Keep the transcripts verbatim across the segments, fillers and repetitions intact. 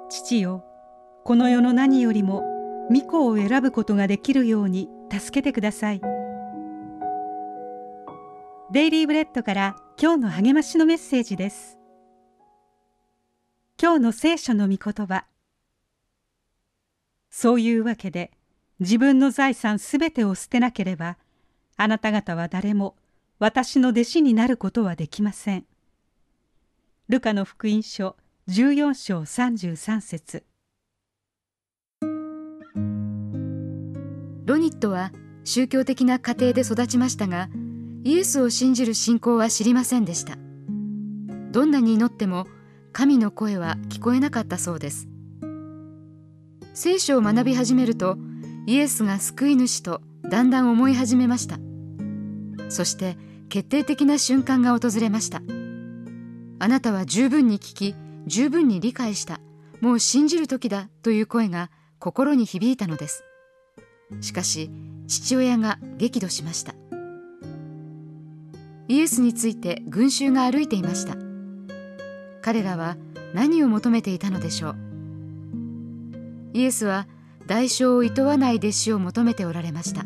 父よ、この世の何よりも御子を選ぶことができるように助けてください。デイリーブレッドから今日の励ましのメッセージです。今日の聖書の御言葉。そういうわけで、自分の財産すべてを捨てなければ、あなた方は誰も私の弟子になることはできません。ルカの福音書じゅうよん章さんじゅうさん節。 ロニットは宗教的な家庭で育ちましたが、イエスを信じる信仰は知りませんでした。どんなに祈っても神の声は聞こえなかったそうです。聖書を学び始めると、イエスが救い主とだんだん思い始めました。そして決定的な瞬間が訪れました。あなたは十分に聞き、十分に理解した。もう信じる時だという声が心に響いたのです。しかし父親が激怒しました。イエスについて群衆が歩いていました。彼らは何を求めていたのでしょう。イエスは代償を厭わない弟子を求めておられました。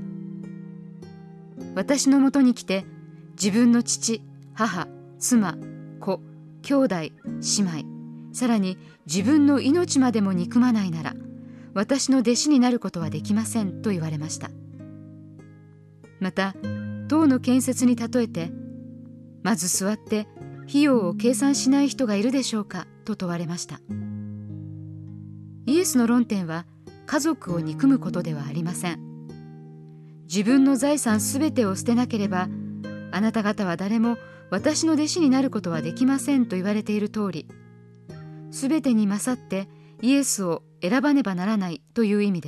私のもとに来て、自分の父、母、妻、子、兄弟、姉妹、さらに自分の命までも憎まないなら、私の弟子になることはできませんと言われました。また、塔の建設に例えて、まず座って費用を計算しない人がいるでしょうかと問われました。イエスの論点は家族を憎むことではありません。自分の財産すべてを捨てなければ、あなた方は誰も私の弟子になることはできませんと言われている通り、すべてに勝ってイエスを選ばねばならないという意味です。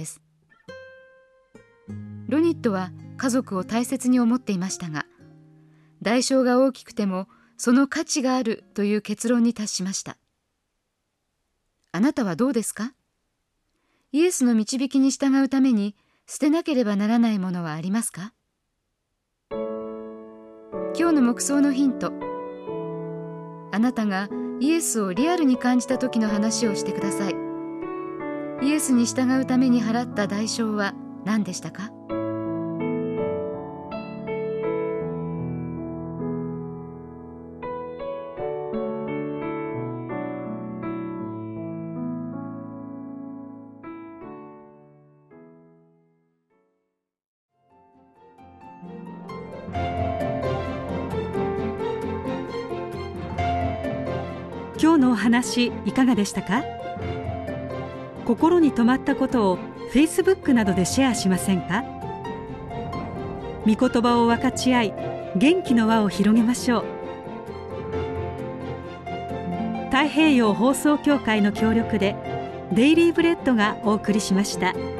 ロニットは家族を大切に思っていましたが、代償が大きくてもその価値があるという結論に達しました。あなたはどうですか？イエスの導きに従うために捨てなければならないものはありますか？今日の黙想のヒント。あなたがイエスをリアルに感じた時の話をしてください。イエスに従うために払った代償は何でしたか？ 今日のお話いかがでしたか？心に留まったことを フェイスブック などでシェアしませんか？御言葉を分かち合い、元気の輪を広げましょう。太平洋放送協会の協力でデイリーブレッドがお送りしました。